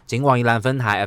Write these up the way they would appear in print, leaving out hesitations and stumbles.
警广宜兰分台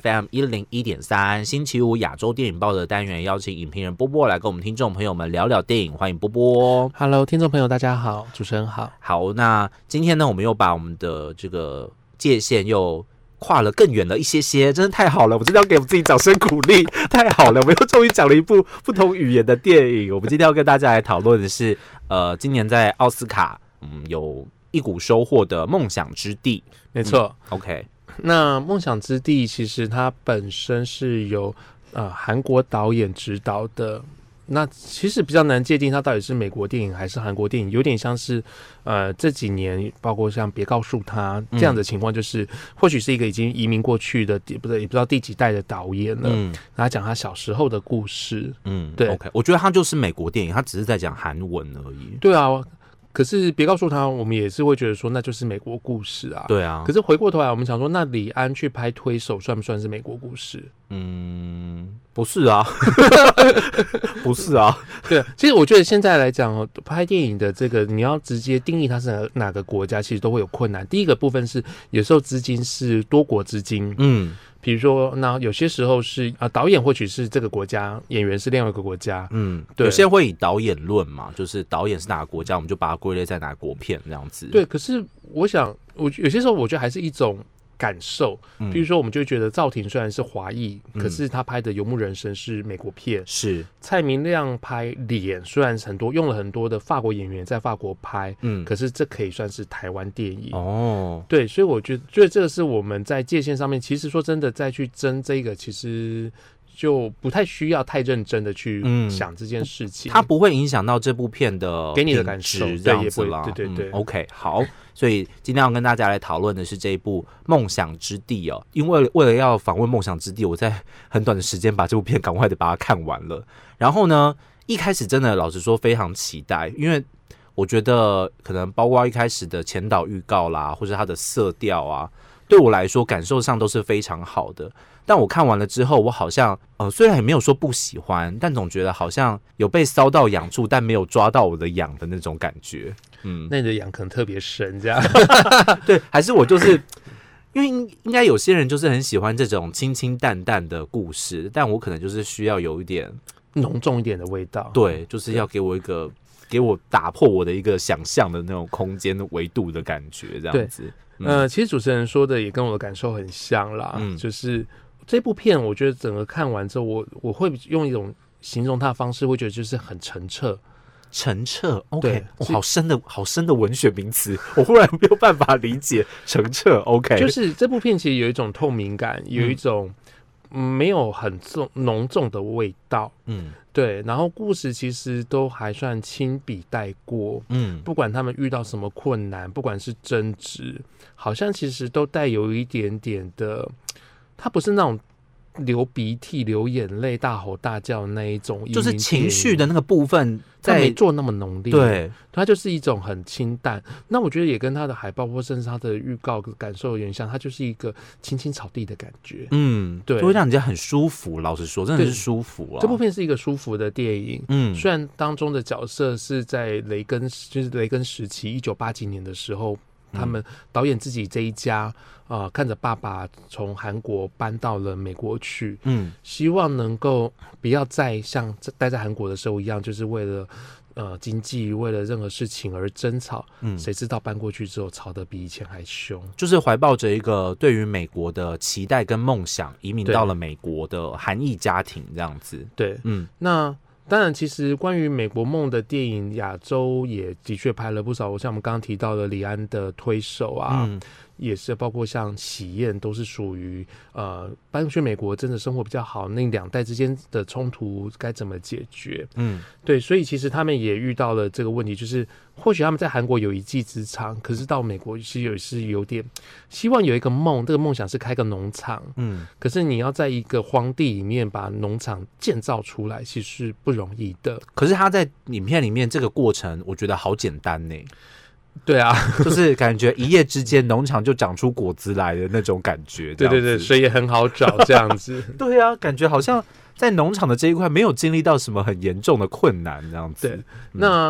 FM101.3，星期五亚洲电影报的单元，邀请影评人波波来跟我们听众朋友们聊聊电影，欢迎波波。 Hello， 听众朋友大家好，主持人好。 好，那今天呢，我们又把我们的这个界限又跨了更远了一些些，真的太好了！我真的要给我们自己掌声鼓励，太好了！我们又终于讲了一部不同语言的电影。我们今天要跟大家来讨论的是，今年在奥斯卡有一股收获的《梦想之地》。 没错 ，OK。 那《梦想之地》其实它本身是由韩国导演执导的。那其实比较难界定它到底是美国电影还是韩国电影，有点像是这几年包括像别告诉他这样的情况，就是或许是一个已经移民过去的也不知道第几代的导演了，他讲他小时候的故事，对 ，OK， 我觉得他就是美国电影，他只是在讲韩文而已。 对啊。可是别告诉他，我们也是会觉得说那就是美国故事啊。 对啊。 可是回过头来，我们想说，那李安去拍《推手》算不算是美国故事？ 不是啊，不是啊。 对，其实我觉得现在来讲拍电影的这个，你要直接定义它是哪个国家，其实都会有困难。第一个部分是有时候资金是多国资金，比如说，那有些时候是导演或许是这个国家，演员是另外一个国家， 对，有些人会以导演论嘛，就是导演是哪个国家，我们就把它归类在哪个国片这样子。 对，可是我想，我有些时候我觉得还是一种感受，比如说我们就觉得赵婷虽然是华裔，可是他拍的《游牧人生》是美国片，是蔡明亮拍《脸》，虽然用了很多的法国演员在法国拍，可是这可以算是台湾电影哦。对，所以我觉得这个是我们在界限上面，其实说真的，再去争这个，其实就不太需要太认真的去想这件事情， 它不会影响到这部片的给你的感受， 这样子啦。 对 ，OK， 好。所以今天要跟大家来讨论的是这一部《梦想之地》哦，因为为了要访问《梦想之地》，我在很短的时间把这部片赶快的把它看完了。然后呢，一开始真的老实说非常期待，因为我觉得可能包括一开始的前导预告啦，或者它的色调啊，对我来说感受上都是非常好的。但我看完了之后，我好像虽然也没有说不喜欢，但总觉得好像有被搔到痒处，但没有抓到我的痒的那种感觉。 那你的痒可能特别深，这样对，还是我就是因为应该有些人就是很喜欢这种清清淡淡的故事，但我可能就是需要有一点浓重一点的味道。 对，就是要给我打破我的一个想象的那种空间的维度的感觉，这样子。 其实主持人说的也跟我的感受很像啦，就是这部片，我觉得整个看完之后，我会用一种形容它的方式，会觉得就是很澄澈。 澄澈 ，OK， 好深的文学名词，我忽然没有办法理解澄澈 ，OK， 就是这部片其实有一种透明感，有一种没有很浓重的味道，对，然后故事其实都还算轻笔带过，不管他们遇到什么困难，不管是争执，好像其实都带有一点点的，它不是那种流鼻涕、流眼泪、大吼大叫的那一种， 就是情绪的那个部分， 它没做那么浓烈， 对， 它就是一种很清淡。那我觉得也跟它的海报或甚至它的预告感受有点像，它就是一个青青草地的感觉， 对，就会让人家很舒服。老实说，真的是舒服啊。 这部片是一个舒服的电影，虽然当中的角色是在雷根时期1980几年的时候。他们导演自己这一家看着爸爸从韩国搬到了美国去，希望能够不要再像待在韩国的时候一样，就是为了经济，为了任何事情而争吵。谁知道搬过去之后吵得比以前还凶， 就是怀抱着一个对于美国的期待跟梦想，移民到了美国的韩裔家庭这样子。 对，那。当然，其实关于美国梦的电影，亚洲也的确拍了不少。像我们刚刚提到的李安的《推手》啊，也是包括像喜宴，都是属于搬去美国真的生活比较好，那两代之间的冲突该怎么解决？对，所以其实他们也遇到了这个问题，就是或许他们在韩国有一技之长，可是到美国其实也是有点希望有一个梦，这个梦想是开个农场，可是你要在一个荒地里面把农场建造出来，其实是不容易的。 可是他在影片里面这个过程，我觉得好简单呢。 对啊， 就是感觉一夜之间农场就长出果子来的那种感觉。 对对对，水也很好找这样子。 对啊，感觉好像在农场的这一块没有经历到什么很严重的困难这样子。 对，那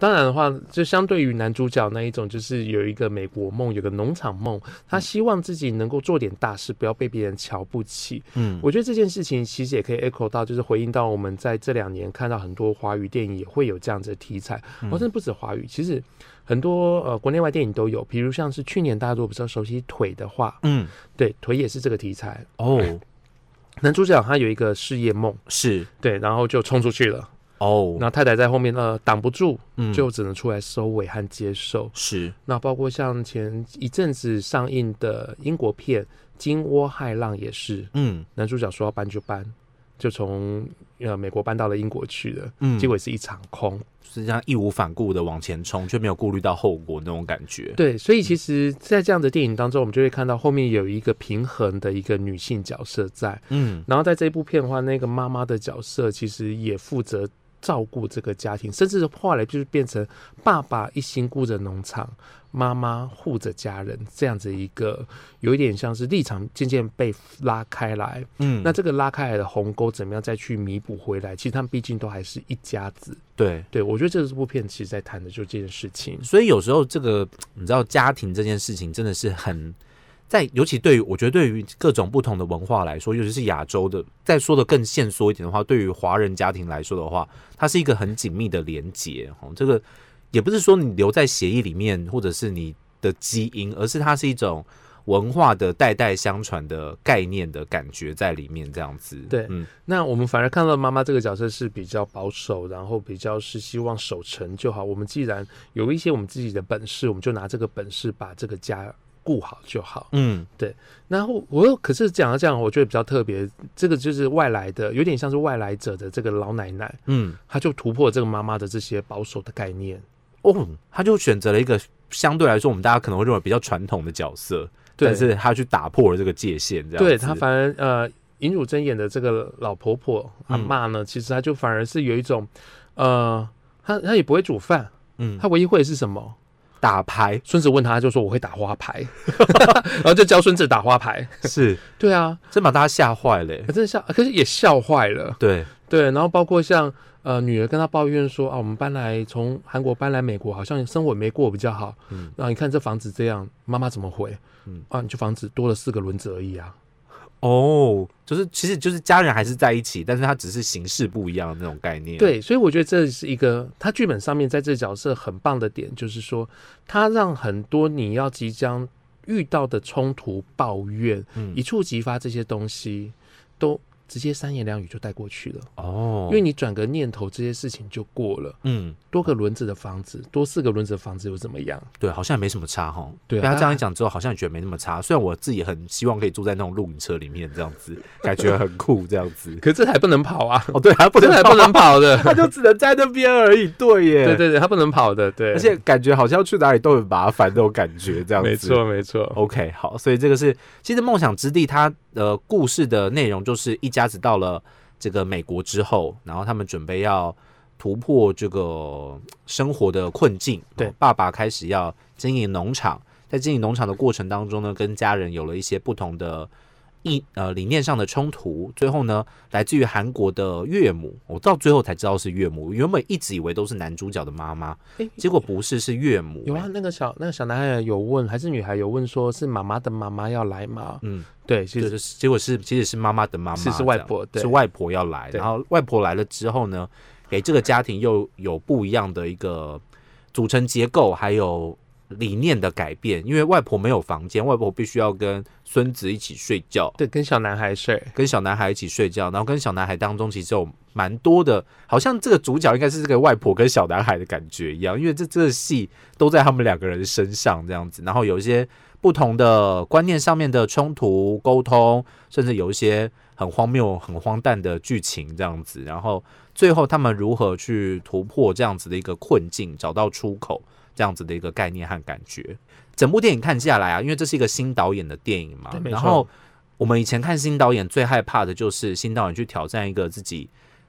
当然的话，就相对于男主角那一种，就是有一个美国梦，有个农场梦，他希望自己能够做点大事，不要被别人瞧不起。我觉得这件事情其实也可以 echo 到，就是回应到我们在这2年看到很多华语电影也会有这样子的题材，甚至不止华语，其实很多国内外电影都有，比如像是去年大家如果比较熟悉腿的话，对，腿也是这个题材哦。男主角他有一个事业梦， 是对， 然后就冲出去了。那太太在后面挡不住，就只能出来收尾和接受。 是， 那包括像前一阵子上映的英国片《金窝骇浪》也是，男主角说要搬就搬，就从美国搬到了英国去了，结果也是一场空， 是这样义无反顾的往前冲，却没有顾虑到后果那种感觉。 对，所以其实，在这样的电影当中，我们就会看到后面有一个平衡的一个女性角色在，然后在这一部片的话，那个妈妈的角色其实也负责照顾这个家庭，甚至后来就是变成爸爸一心顾着农场，妈妈护着家人，这样子一个有一点像是立场渐渐被拉开来。那这个拉开来的鸿沟怎么样再去弥补回来？其实他们毕竟都还是一家子。对，我觉得这部片其实在谈的就这件事情。 所以有时候这个你知道家庭这件事情真的是很。尤其对于我觉得对于各种不同的文化来说，尤其是亚洲的，再说的更限缩一点的话，对于华人家庭来说的话，它是一个很紧密的连结。这个也不是说你留在血液里面或者是你的基因，而是它是一种文化的代代相传的概念的感觉在里面，这样子。 对，那我们反而看到妈妈这个角色是比较保守，然后比较是希望守成就好。我们既然有一些我们自己的本事，我们就拿这个本事把这个家顾好就好。对。然后可是讲到这样，我觉得比较特别，这个就是外来的，有点像是外来者的这个老奶奶，他就突破这个妈妈的这些保守的概念。 他就选择了一个相对来说我们大家可能会认为比较传统的角色，但是他去打破了这个界限，这样子。 对，他反而尹汝贞演的这个老婆婆阿嬷呢，其实他就反而是有一种他也不会煮饭，他唯一会的是什么？ 打牌。 孙子问他就说我会打花牌然后就教孙子打花牌。 是， 对啊， 真把大家吓坏了， 真的可是也笑坏了。 对， 然后包括像女儿跟他抱怨说我们从韩国搬来美国，好像生活没过比较好。然后你看这房子这样，妈妈怎么回？你就房子多了4个轮子而已啊。 就是其实就是家人还是在一起，但是他只是形式不一样的那种概念。 对，所以我觉得这是一个他剧本上面在这角色很棒的点，就是说他让很多你要即将遇到的冲突、抱怨、一触即发这些东西都直接3言2语就带过去了。因为你转个念头，这些事情就过了。多个轮子的房子，多4个轮子的房子又怎么样？对， 好像也没什么差哈。 对， 被他这样一讲之后，好像也觉得没那么差。虽然我自己很希望可以住在那种露营车里面，这样子感觉很酷，这样子。 可是这还不能跑啊！ 对，还不能跑的， 他就只能在那边而已。对耶， 对，他不能跑的。对， 而且感觉好像去哪里都很麻烦那种感觉，这样子。 没错。 OK， 好，所以这个是其实梦想之地，它故事的内容就是一家子到了这个美国之后，然后他们准备要突破这个生活的困境。 对， 爸爸开始要经营农场，在经营农场的过程当中呢，跟家人有了一些不同的理念上的冲突。最后呢，来自于韩国的岳母，我到最后才知道是岳母，原本一直以为都是男主角的妈妈，结果不是，是岳母。 有啊，那个小男孩有问，还是女孩有问，说是妈妈的妈妈要来吗？对，结果其实是妈妈的妈妈， 是外婆，对， 是外婆要来。然后外婆来了之后呢，给这个家庭又有不一样的一个组成结构，还有理念的改变。因为外婆没有房间，外婆必须要跟孙子一起睡觉。 对，跟小男孩一起睡觉。然后跟小男孩当中其实有蛮多的，好像这个主角应该是这个外婆跟小男孩的感觉一样，因为这个戏都在他们2个人身上这样子。然后有一些不同的观念上面的冲突沟通，甚至有一些很荒谬很荒诞的剧情这样子。然后最后他们如何去突破这样子的一个困境，找到出口，这样子的一个概念和感觉。整部电影看下来因为这是一个新导演的电影嘛，然后我们以前看新导演最害怕的就是新导演去挑战一个自己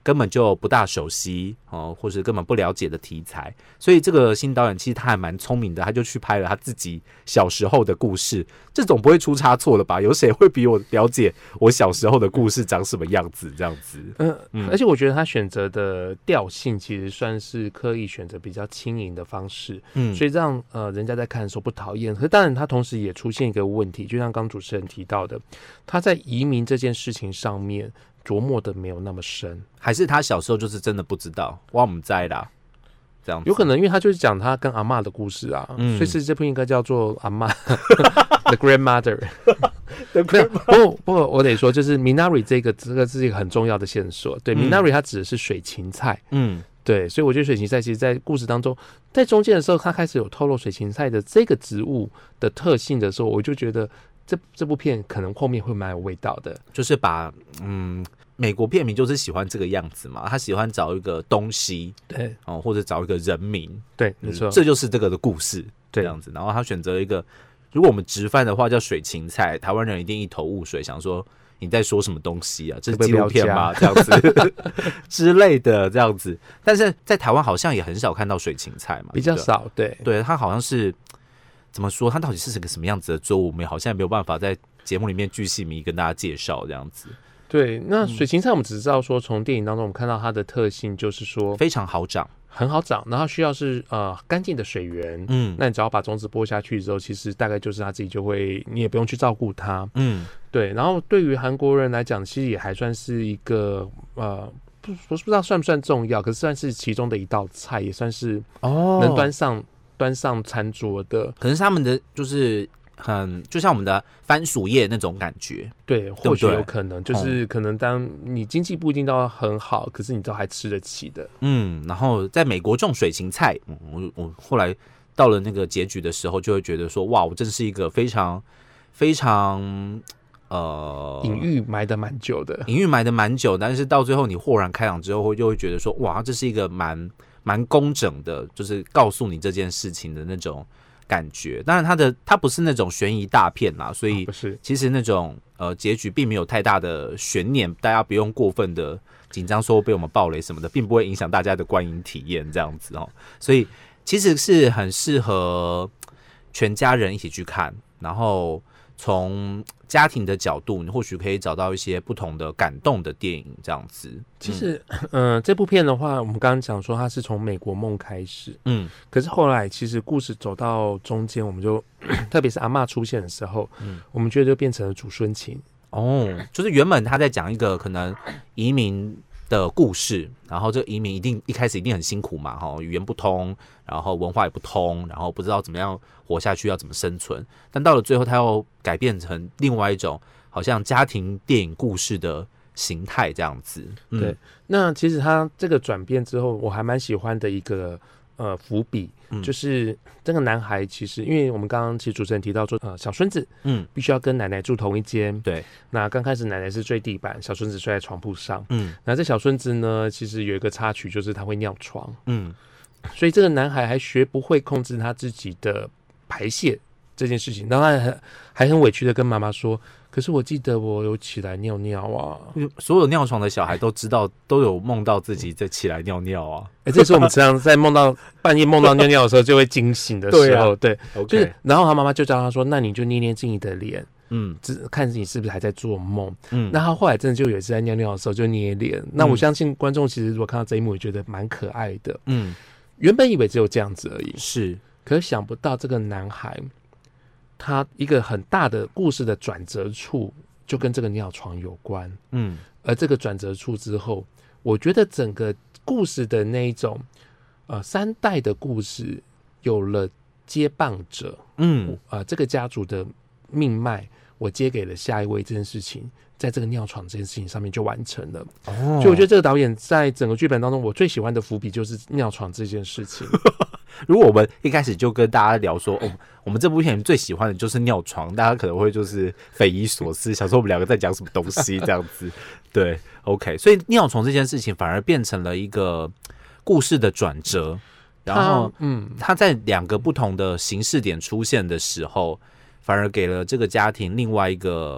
根本就不大熟悉或者根本不了解的题材，所以这个新导演其实他还蛮聪明的，他就去拍了他自己小时候的故事，这种不会出差错了吧？有谁会比我了解我小时候的故事长什么样子？这样子， 而且我觉得他选择的调性其实算是刻意选择比较轻盈的方式，所以让人家在看的时候不讨厌。可是当然，他同时也出现一个问题，就像刚主持人提到的，他在移民这件事情上面琢磨的没有那么深，还是他小时候就是真的不知道，我不知道啦，这样子有可能，因为他就是讲他跟阿嬷的故事啊，所以是这部应该叫做阿嬷The Grandmother 不过我得说，就是 Minari 这个是一个很重要的线索，对，Minari 它指的是水芹菜，对，所以我觉得水芹菜其实在故事当中，在中间的时候，他开始有透露水芹菜的这个植物的特性的时候，我就觉得这部片可能后面会蛮有味道的， 就是把美国片名就是喜欢这个样子嘛，他喜欢找一个东西， 对或者找一个人名， 对，没错， 这就是这个的故事，这样子。然后他选择一个，如果我们直翻的话叫水芹菜，台湾人一定一头雾水，想说你在说什么东西啊？这是纪录片吗？这样子之类的这样子。但是在台湾好像也很少看到水芹菜嘛， 比较少，对， 它好像是怎么说？它到底是个什么样子的作物？我们好像也没有办法在节目里面巨细靡跟大家介绍这样子。 对，那水芹菜我们只知道说，从电影当中我们看到它的特性就是说非常好长， 很好长，然后需要是干净的水源，那你只要把种子播下去之后，其实大概就是它自己就会，你也不用去照顾它，对。然后对于韩国人来讲，其实也还算是一个不知道算不算重要，可是算是其中的一道菜，也算是能端上餐桌的， 可能是他们的就是就像我们的番薯叶那种感觉， 对，或许有可能，就是可能当你经济不一定到很好，可是你都还吃得起的。 然后在美国种水芹菜，我后来到了那个结局的时候，就会觉得说，哇，我真是一个非常非常隐喻埋得蛮久的， 但是到最后你豁然开朗之后，就会觉得说，哇，这是一个蛮工整的，就是告诉你这件事情的那种感觉。当然它不是那种悬疑大片啦，所以其实那种结局并没有太大的悬念，大家不用过分的紧张说被我们爆雷什么的，并不会影响大家的观影体验这样子所以其实是很适合全家人一起去看，然后从家庭的角度，你或许可以找到一些不同的感动的电影这样子。 其实这部片的话，我们刚刚讲说它是从美国梦开始，可是后来其实故事走到中间，我们就特别是阿嬷出现的时候，我们觉得就变成了祖孙情就是原本他在讲一个可能移民的故事，然后这个移民一开始一定很辛苦嘛，语言不通，然后文化也不通，然后不知道怎么样活下去，要怎么生存。但到了最后，他要改变成另外一种好像家庭电影故事的形态这样子。 对，那其实他这个转变之后，我还蛮喜欢的一个伏笔，就是这个男孩其实，因为我们刚刚其实主持人提到说，小孙子必须要跟奶奶住同一间， 对。 那刚开始奶奶是睡地板，小孙子睡在床铺上，那这小孙子呢，其实有一个插曲，就是他会尿床，所以这个男孩还学不会控制他自己的排泄这件事情，然后他还很委屈的跟妈妈说，可是我记得我有起来尿尿啊。 所有尿床的小孩都知道，都有梦到自己在起来尿尿啊。 这是我们常常在半夜梦到尿尿的时候就会惊醒的时候，对，就是然后他妈妈就教他说，那你就捏捏自己的脸，看你是不是还在做梦。那他后来真的就有一次在尿尿的时候就捏脸，那我相信观众其实如果看到这一幕也觉得蛮可爱的。原本以为只有这样子而已， 是， 可是想不到这个男孩他一个很大的故事的转折处就跟这个尿床有关，而这个转折处之后，我觉得整个故事的那一种三代的故事有了接棒者，这个家族的命脉我接给了下一位，这件事情在这个尿床这件事情上面就完成了。所以我觉得这个导演在整个剧本当中，我最喜欢的伏笔就是尿床这件事情。 如果我们一开始就跟大家聊说，我们这部片最喜欢的就是尿床，大家可能会就是匪夷所思，想说我们两个在讲什么东西这样子。对 ，OK， 所以尿床这件事情反而变成了一个故事的转折，然后它在两个不同的形式点出现的时候，反而给了这个家庭另外一个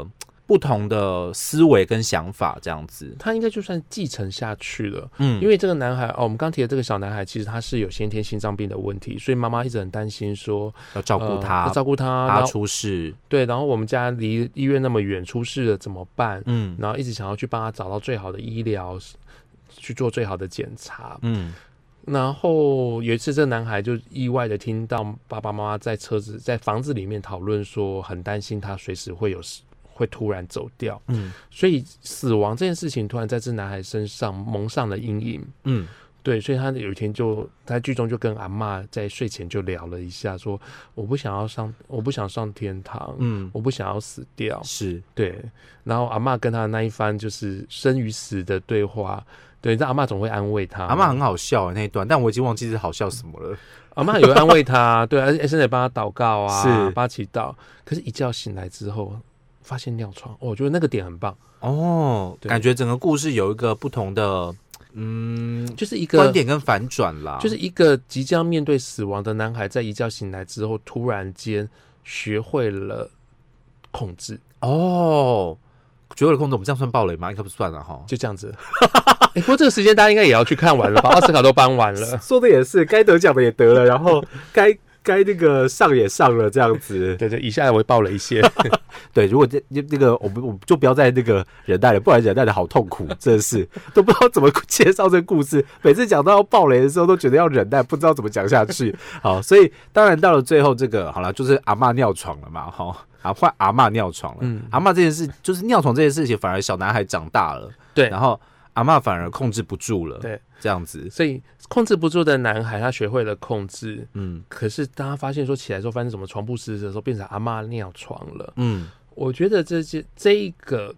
不同的思维跟想法这样子。 他应该就算继承下去了，因为这个男孩我们刚提的这个小男孩，其实他是有先天心脏病的问题，所以妈妈一直很担心说要照顾他， 要照顾他， 他出事， 对，然后我们家离医院那么远，出事了怎么办？然后一直想要去帮他找到最好的医疗，去做最好的检查，然后有一次，这个男孩就意外的听到爸爸妈妈在房子里面讨论说，很担心他随时会突然走掉，所以死亡这件事情突然在这男孩身上蒙上了阴影，对，所以他有一天他剧中就跟阿嬷在睡前就聊了一下，说我不想上天堂，我不想要死掉， 是对，然后阿嬷跟他的那一番就是生与死的对话。对，但阿嬷总会安慰他。 阿嬷很好笑那一段，但我已经忘记是好笑什么了。 阿嬷有安慰他，对，而且甚至帮他祷告啊， 是帮他祈祷。可是，一觉醒来之后，发现尿床，我觉得那个点很棒哦，感觉整个故事有一个不同的， 就是一个观点跟反转啦， 就是一个即将面对死亡的男孩，在一觉醒来之后，突然间学会了控制。 哦。学会了控制，我们这样算暴雷吗？应该不算了哈， 就这样子。不过这个时间大家应该也要去看完了吧？奥斯卡都颁完了， 说的也是，该得奖的也得了，然后该那个上也上了，这样子。 对，以下我会爆了一些。 对，如果那个我们就不要在那个忍耐了，不然忍耐的好痛苦，真的是都不知道怎么介绍这个故事。每次讲到要爆雷的时候，都觉得要忍耐，不知道怎么讲下去。好，所以当然到了最后，这个好了，就是阿嬷尿床了嘛，哈。换阿嬷尿床了，阿嬷这件事就是尿床这件事情，反而小男孩长大了， 对， 然后阿嬷反而控制不住了， 对， 这样子， 所以控制不住的男孩他学会了控制，可是当他发现说起来之后发生什么床不湿的时候，变成阿嬷尿床了，我觉得这一个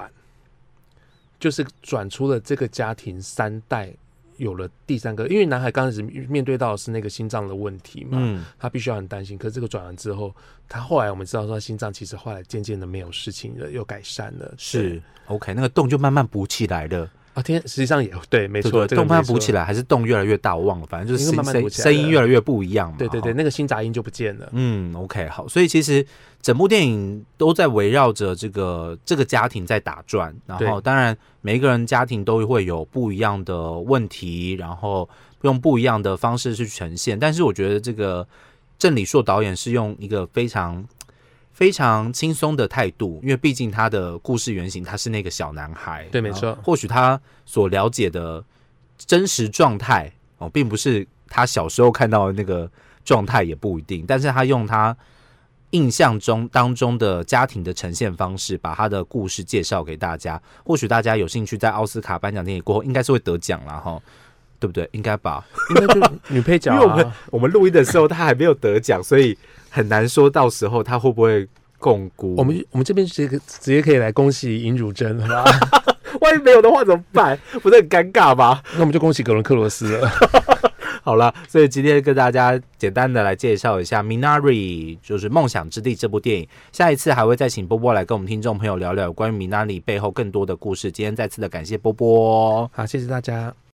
就是转出了这个家庭3代。有了第3个，因为男孩刚开始面对到的是那个心脏的问题嘛，他必须要很担心。可是这个转完之后，他后来我们知道说，他心脏其实后来渐渐的没有事情了，又改善了。 是 OK， 那个洞就慢慢补起来了。 实际上也对，没错， 洞慢慢补起来，还是洞越来越大，我忘了，反正就是声音越来越不一样嘛。 对，那个新杂音就不见了。 OK， 好，所以其实整部电影都在围绕着这个家庭在打转，然后当然每一个人家庭都会有不一样的问题，然后用不一样的方式去呈现。但是我觉得这个郑理硕导演是用一个非常轻松的态度，因为毕竟他的故事原型他是那个小男孩， 对，没错。 或许他所了解的真实状态并不是他小时候看到的那个状态，也不一定。但是他用他印象当中的家庭的呈现方式，把他的故事介绍给大家。或许大家有兴趣，在奥斯卡颁奖典礼过后，应该是会得奖啦哈。对不对？应该吧， 应该就女配角因为我们录音的时候他还没有得奖，所以很难说到时候他会不会共估。 我们这边直接可以来恭喜尹汝贞了吧？ 万一没有的话怎么办？不是很尴尬吗？ 那我们就恭喜格伦克罗斯了。 好了，所以今天跟大家简单的来介绍一下《Minari》，就是《梦想之地》这部电影。下一次还会再请波波来跟我们听众朋友聊聊关于《Minari》背后更多的故事。今天再次的感谢波波， 好，谢谢大家。